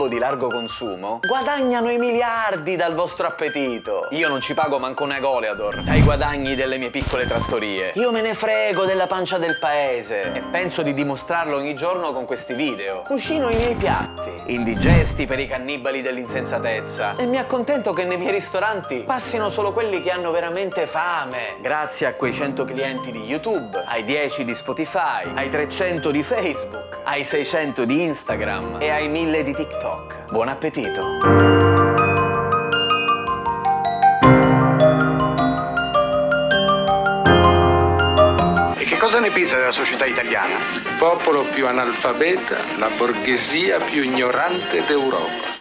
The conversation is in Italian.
cibo di largo consumo, guadagnano i miliardi dal vostro appetito. Io non ci pago manco una goleador dai guadagni delle mie piccole trattorie. Io me ne frego della pancia del paese e penso di dimostrarlo ogni giorno con questi video. Cucino i miei piatti, indigesti per i cannibali dell'insensatezza, e mi accontento che nei miei ristoranti passino solo quelli che hanno veramente fame. Grazie a quei 100 clienti di YouTube, ai 10 di Spotify, ai 300 di Facebook, ai 600 di Instagram e ai 1000 di TikTok. Buon appetito! Cosa ne pensa della società italiana? Il popolo più analfabeta, la borghesia più ignorante d'Europa.